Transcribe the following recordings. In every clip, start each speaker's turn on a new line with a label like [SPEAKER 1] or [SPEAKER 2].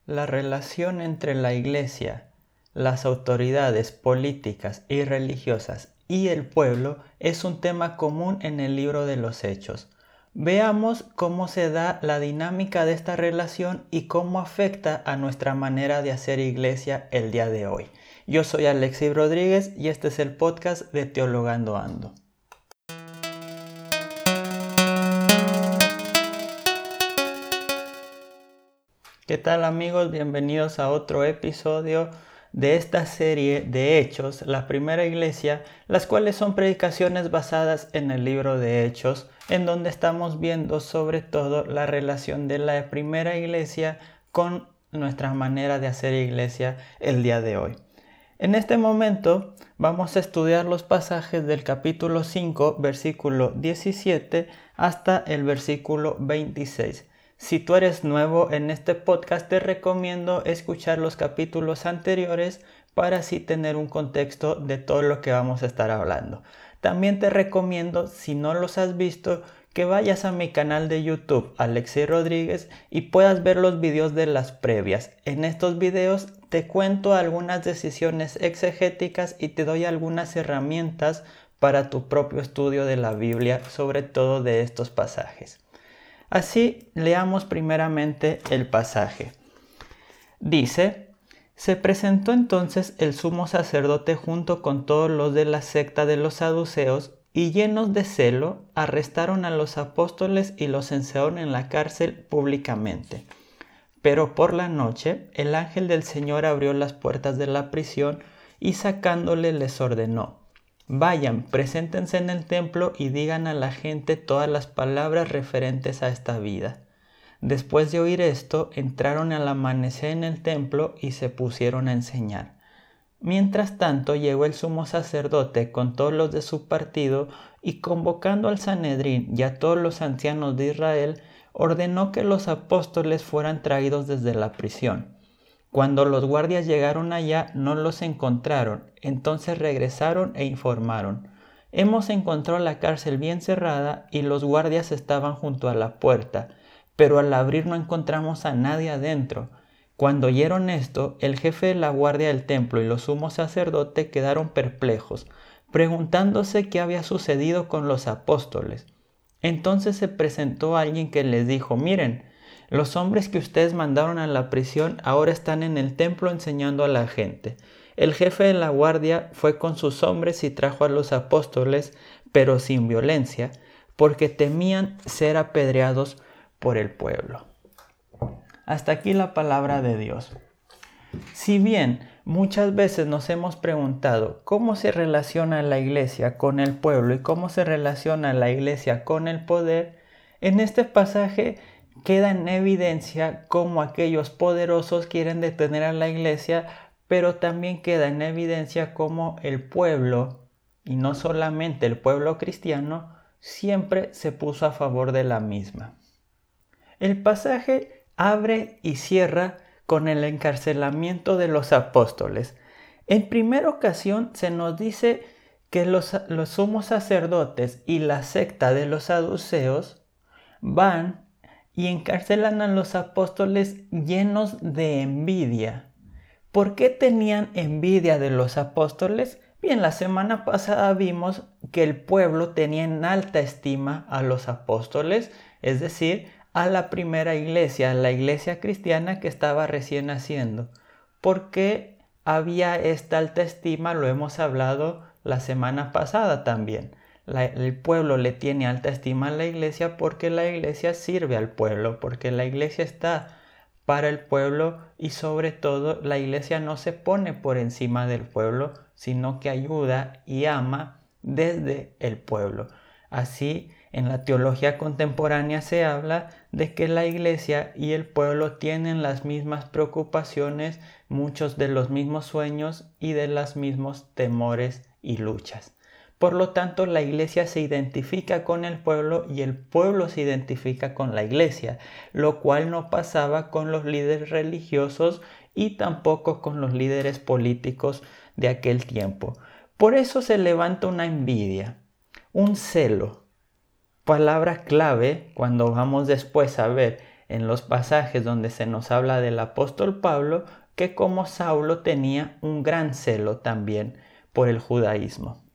[SPEAKER 1] La relación entre la Iglesia, las autoridades políticas y religiosas y el pueblo es un tema común en el libro de los Hechos. Veamos cómo se da la dinámica de esta relación y cómo afecta a nuestra manera de hacer iglesia el día de hoy. Yo soy Alexis Rodríguez y este es el podcast de Teologando Ando. ¿Qué tal amigos? Bienvenidos a otro episodio de esta serie de Hechos, la primera iglesia, las cuales son predicaciones basadas en el libro de Hechos, en donde estamos viendo sobre todo la relación de la primera iglesia con nuestra manera de hacer iglesia el día de hoy. En este momento vamos a estudiar los pasajes del capítulo 5, versículo 17 hasta el versículo 26. Si tú eres nuevo en este podcast, te recomiendo escuchar los capítulos anteriores para así tener un contexto de todo lo que vamos a estar hablando. También te recomiendo, si no los has visto, que vayas a mi canal de YouTube, Alexis Rodríguez, y puedas ver los videos de las previas. En estos videos te cuento algunas decisiones exegéticas y te doy algunas herramientas para tu propio estudio de la Biblia, sobre todo de estos pasajes. Así, leamos primeramente el pasaje. Dice: se presentó entonces el sumo sacerdote junto con todos los de la secta de los saduceos, y llenos de celo, arrestaron a los apóstoles y los encerraron en la cárcel públicamente. Pero por la noche, el ángel del Señor abrió las puertas de la prisión y sacándole les ordenó: vayan, preséntense en el templo y digan a la gente todas las palabras referentes a esta vida. Después de oír esto, entraron al amanecer en el templo y se pusieron a enseñar. Mientras tanto, llegó el sumo sacerdote con todos los de su partido y, convocando al Sanedrín y a todos los ancianos de Israel, ordenó que los apóstoles fueran traídos desde la prisión. Cuando los guardias llegaron allá, no los encontraron. Entonces regresaron e informaron: hemos encontrado la cárcel bien cerrada y los guardias estaban junto a la puerta, pero al abrir no encontramos a nadie adentro. Cuando oyeron esto, el jefe de la guardia del templo y los sumos sacerdotes quedaron perplejos, preguntándose qué había sucedido con los apóstoles. Entonces se presentó alguien que les dijo: miren, los hombres que ustedes mandaron a la prisión ahora están en el templo enseñando a la gente. El jefe de la guardia fue con sus hombres y trajo a los apóstoles, pero sin violencia, porque temían ser apedreados por el pueblo. Hasta aquí la palabra de Dios. Si bien muchas veces nos hemos preguntado cómo se relaciona la iglesia con el pueblo y cómo se relaciona la iglesia con el poder, en este pasaje queda en evidencia cómo aquellos poderosos quieren detener a la iglesia, pero también queda en evidencia cómo el pueblo, y no solamente el pueblo cristiano, siempre se puso a favor de la misma. El pasaje abre y cierra con el encarcelamiento de los apóstoles. En primera ocasión se nos dice que los sumos sacerdotes y la secta de los saduceos van y encarcelan a los apóstoles llenos de envidia. ¿Por qué tenían envidia de los apóstoles? Bien, la semana pasada vimos que el pueblo tenía en alta estima a los apóstoles, es decir, a la primera iglesia, la iglesia cristiana que estaba recién naciendo. ¿Por qué había esta alta estima? Lo hemos hablado la semana pasada también. El pueblo le tiene alta estima a la iglesia porque la iglesia sirve al pueblo, porque la iglesia está para el pueblo y sobre todo la iglesia no se pone por encima del pueblo, sino que ayuda y ama desde el pueblo. Así, en la teología contemporánea se habla de que la iglesia y el pueblo tienen las mismas preocupaciones, muchos de los mismos sueños y de los mismos temores y luchas. Por lo tanto, la iglesia se identifica con el pueblo y el pueblo se identifica con la iglesia, lo cual no pasaba con los líderes religiosos y tampoco con los líderes políticos de aquel tiempo. Por eso se levanta una envidia, un celo. Palabra clave cuando vamos después a ver en los pasajes donde se nos habla del apóstol Pablo, que como Saulo tenía un gran celo también por el judaísmo.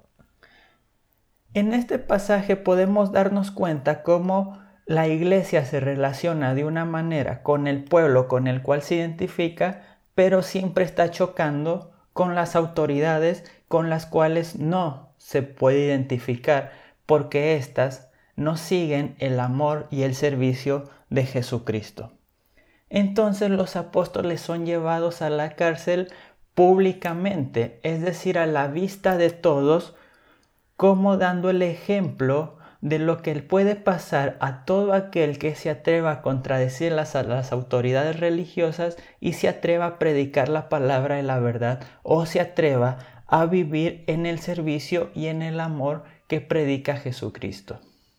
[SPEAKER 1] En este pasaje podemos darnos cuenta cómo la iglesia se relaciona de una manera con el pueblo con el cual se identifica, pero siempre está chocando con las autoridades con las cuales no se puede identificar, porque éstas no siguen el amor y el servicio de Jesucristo. Entonces los apóstoles son llevados a la cárcel públicamente, es decir, a la vista de todos, como dando el ejemplo de lo que puede pasar a todo aquel que se atreva a contradecir a las autoridades religiosas y se atreva a predicar la palabra de la verdad, o se atreva a vivir en el servicio y en el amor que predica Jesucristo.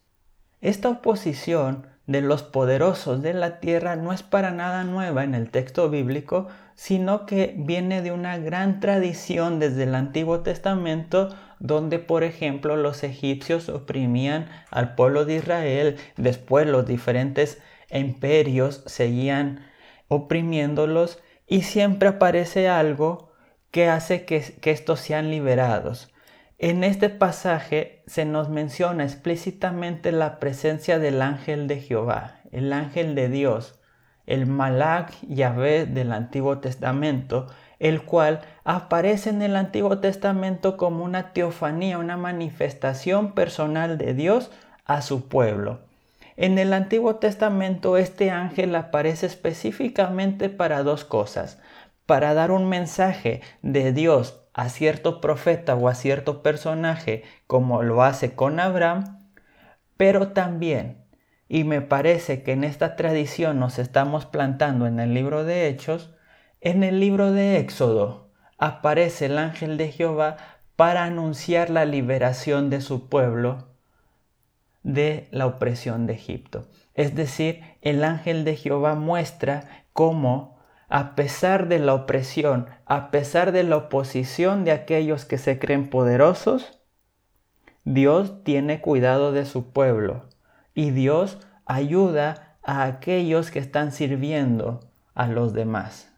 [SPEAKER 1] Esta oposición de los poderosos de la tierra no es para nada nueva en el texto bíblico, sino que viene de una gran tradición desde el Antiguo Testamento, donde por ejemplo los egipcios oprimían al pueblo de Israel, después los diferentes imperios seguían oprimiéndolos y siempre aparece algo que hace que estos sean liberados. En este pasaje se nos menciona explícitamente la presencia del ángel de Jehová, el ángel de Dios, el Malach Yahvé del Antiguo Testamento, el cual aparece en el Antiguo Testamento como una teofanía, una manifestación personal de Dios a su pueblo. En el Antiguo Testamento este ángel aparece específicamente para dos cosas: para dar un mensaje de Dios a cierto profeta o a cierto personaje, como lo hace con Abraham, pero también, y me parece que en esta tradición nos estamos plantando en el libro de Hechos, en el libro de Éxodo aparece el ángel de Jehová para anunciar la liberación de su pueblo de la opresión de Egipto. Es decir, el ángel de Jehová muestra cómo, a pesar de la opresión, a pesar de la oposición de aquellos que se creen poderosos, Dios tiene cuidado de su pueblo y Dios ayuda a aquellos que están sirviendo a los demás.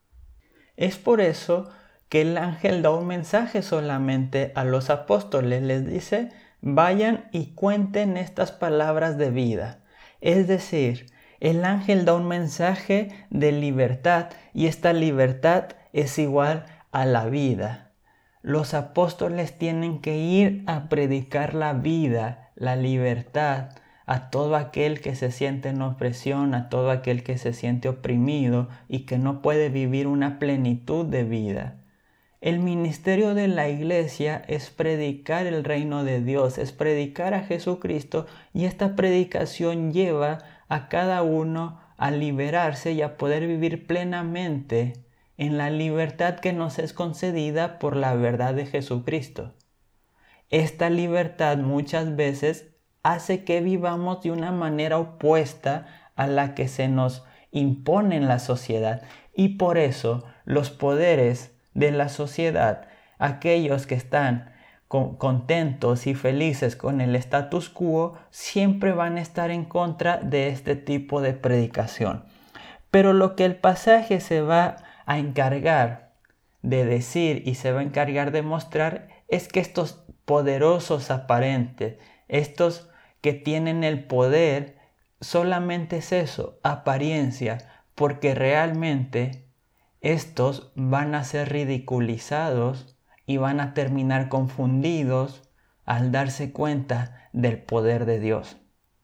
[SPEAKER 1] Es por eso que el ángel da un mensaje solamente a los apóstoles. Les dice: vayan y cuenten estas palabras de vida. Es decir, el ángel da un mensaje de libertad y esta libertad es igual a la vida. Los apóstoles tienen que ir a predicar la vida, la libertad, a todo aquel que se siente en opresión, a todo aquel que se siente oprimido y que no puede vivir una plenitud de vida. El ministerio de la iglesia es predicar el reino de Dios, es predicar a Jesucristo, y esta predicación lleva a cada uno a liberarse y a poder vivir plenamente en la libertad que nos es concedida por la verdad de Jesucristo. Esta libertad muchas veces hace que vivamos de una manera opuesta a la que se nos impone en la sociedad, y por eso los poderes de la sociedad, aquellos que están contentos y felices con el status quo, siempre van a estar en contra de este tipo de predicación. Pero lo que el pasaje se va a encargar de decir y se va a encargar de mostrar es que estos poderosos aparentes, estos que tienen el poder, solamente es eso, apariencia, porque realmente estos van a ser ridiculizados y van a terminar confundidos al darse cuenta del poder de Dios.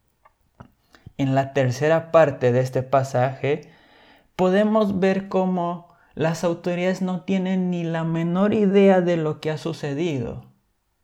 [SPEAKER 1] En la tercera parte de este pasaje podemos ver cómo las autoridades no tienen ni la menor idea de lo que ha sucedido.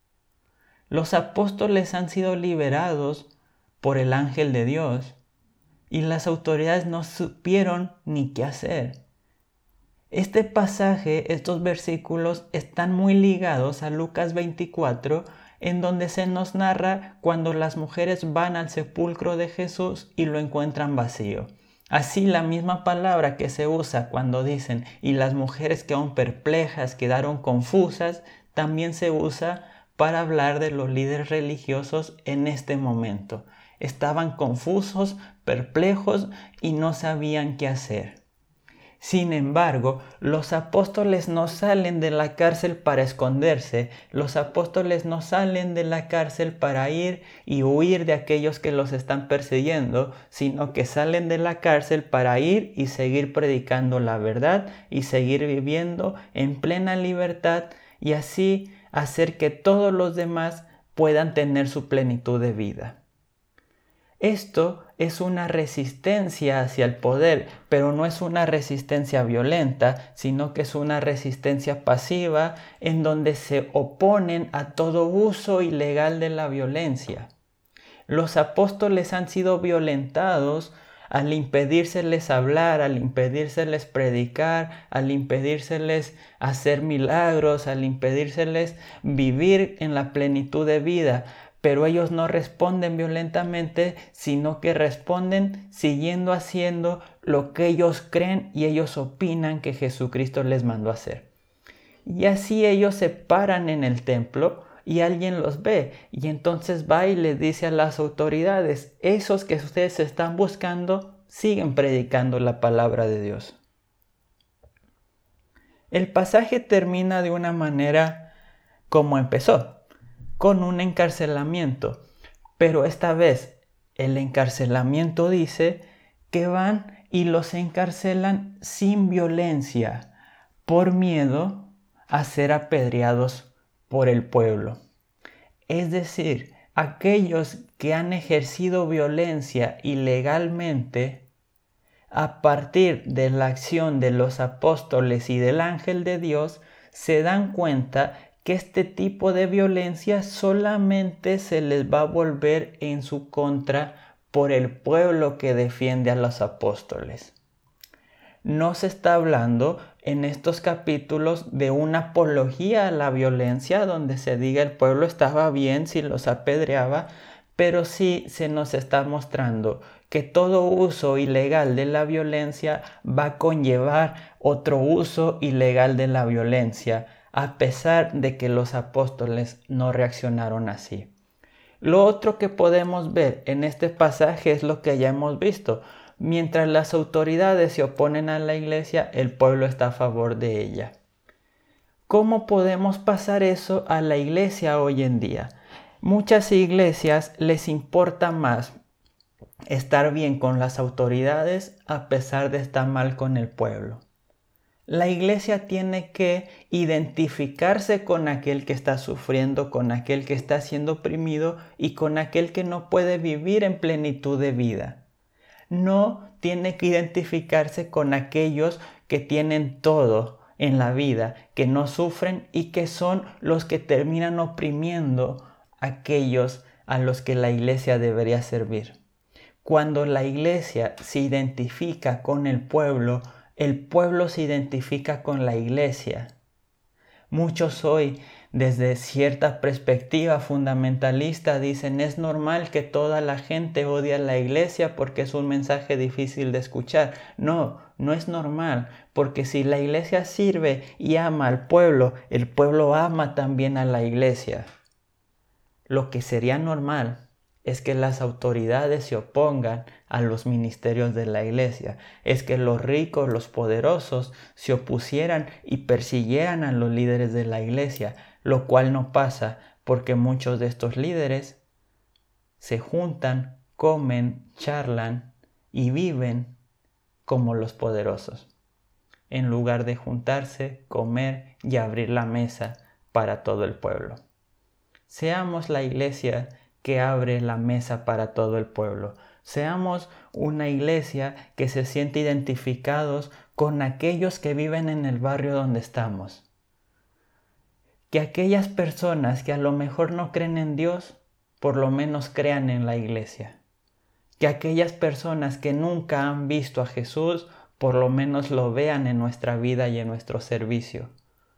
[SPEAKER 1] Los apóstoles han sido liberados por el ángel de Dios y las autoridades no supieron ni qué hacer. Este pasaje, estos versículos están muy ligados a Lucas 24, en donde se nos narra cuando las mujeres van al sepulcro de Jesús y lo encuentran vacío. Así la misma palabra que se usa cuando dicen y las mujeres quedaron perplejas, quedaron confusas, también se usa para hablar de los líderes religiosos en este momento. Estaban confusos, perplejos y no sabían qué hacer. Sin embargo, los apóstoles no salen de la cárcel para esconderse, los apóstoles no salen de la cárcel para ir y huir de aquellos que los están persiguiendo, sino que salen de la cárcel para ir y seguir predicando la verdad y seguir viviendo en plena libertad y así hacer que todos los demás puedan tener su plenitud de vida. Esto es una resistencia hacia el poder, pero no es una resistencia violenta, sino que es una resistencia pasiva en donde se oponen a todo uso ilegal de la violencia. Los apóstoles han sido violentados al impedírseles hablar, al impedírseles predicar, al impedírseles hacer milagros, al impedírseles vivir en la plenitud de vida. Pero ellos no responden violentamente, sino que responden siguiendo haciendo lo que ellos creen y ellos opinan que Jesucristo les mandó a hacer. Y así ellos se paran en el templo y alguien los ve y entonces va y les dice a las autoridades, esos que ustedes están buscando siguen predicando la palabra de Dios. El pasaje termina de una manera como empezó, con un encarcelamiento, pero esta vez el encarcelamiento dice que van y los encarcelan sin violencia, por miedo a ser apedreados por el pueblo. Es decir, aquellos que han ejercido violencia ilegalmente, a partir de la acción de los apóstoles y del ángel de Dios, se dan cuenta que este tipo de violencia solamente se les va a volver en su contra por el pueblo que defiende a los apóstoles. No se está hablando en estos capítulos de una apología a la violencia donde se diga el pueblo estaba bien si los apedreaba, pero sí se nos está mostrando que todo uso ilegal de la violencia va a conllevar otro uso ilegal de la violencia, a pesar de que los apóstoles no reaccionaron así. Lo otro que podemos ver en este pasaje es lo que ya hemos visto. Mientras las autoridades se oponen a la iglesia, el pueblo está a favor de ella. ¿Cómo podemos pasar eso a la iglesia hoy en día? Muchas iglesias les importa más estar bien con las autoridades a pesar de estar mal con el pueblo. La iglesia tiene que identificarse con aquel que está sufriendo, con aquel que está siendo oprimido y con aquel que no puede vivir en plenitud de vida. No tiene que identificarse con aquellos que tienen todo en la vida, que no sufren y que son los que terminan oprimiendo a aquellos a los que la iglesia debería servir. Cuando la iglesia se identifica con el pueblo se identifica con la iglesia. Muchos hoy, desde cierta perspectiva fundamentalista, dicen es normal que toda la gente odie a la iglesia porque es un mensaje difícil de escuchar. No, no es normal, porque si la iglesia sirve y ama al pueblo, el pueblo ama también a la iglesia. Lo que sería normal es que las autoridades se opongan a los ministerios de la iglesia, es que los ricos, los poderosos se opusieran y persiguieran a los líderes de la iglesia, lo cual no pasa porque muchos de estos líderes se juntan, comen, charlan y viven como los poderosos, en lugar de juntarse, comer y abrir la mesa para todo el pueblo. Seamos la iglesia que abre la mesa para todo el pueblo. Seamos una iglesia que se siente identificados con aquellos que viven en el barrio donde estamos. Que aquellas personas que a lo mejor no creen en Dios, por lo menos crean en la iglesia. Que aquellas personas que nunca han visto a Jesús, por lo menos lo vean en nuestra vida y en nuestro servicio.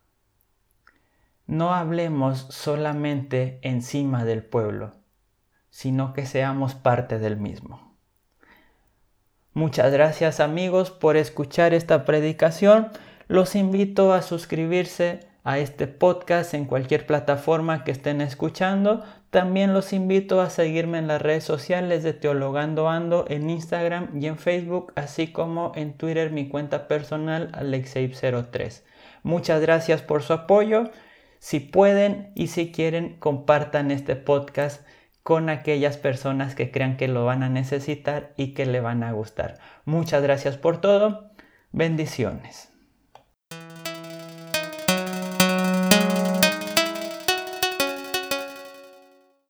[SPEAKER 1] No hablemos solamente encima del pueblo, sino que seamos parte del mismo. Muchas gracias amigos por escuchar esta predicación. Los invito a suscribirse a este podcast en cualquier plataforma que estén escuchando. También los invito a seguirme en las redes sociales de Teologando Ando en Instagram y en Facebook, así como en Twitter mi cuenta personal Alexeib03. Muchas gracias por su apoyo. Si pueden y si quieren, compartan este podcast con aquellas personas que crean que lo van a necesitar y que le van a gustar. Muchas gracias por todo. Bendiciones.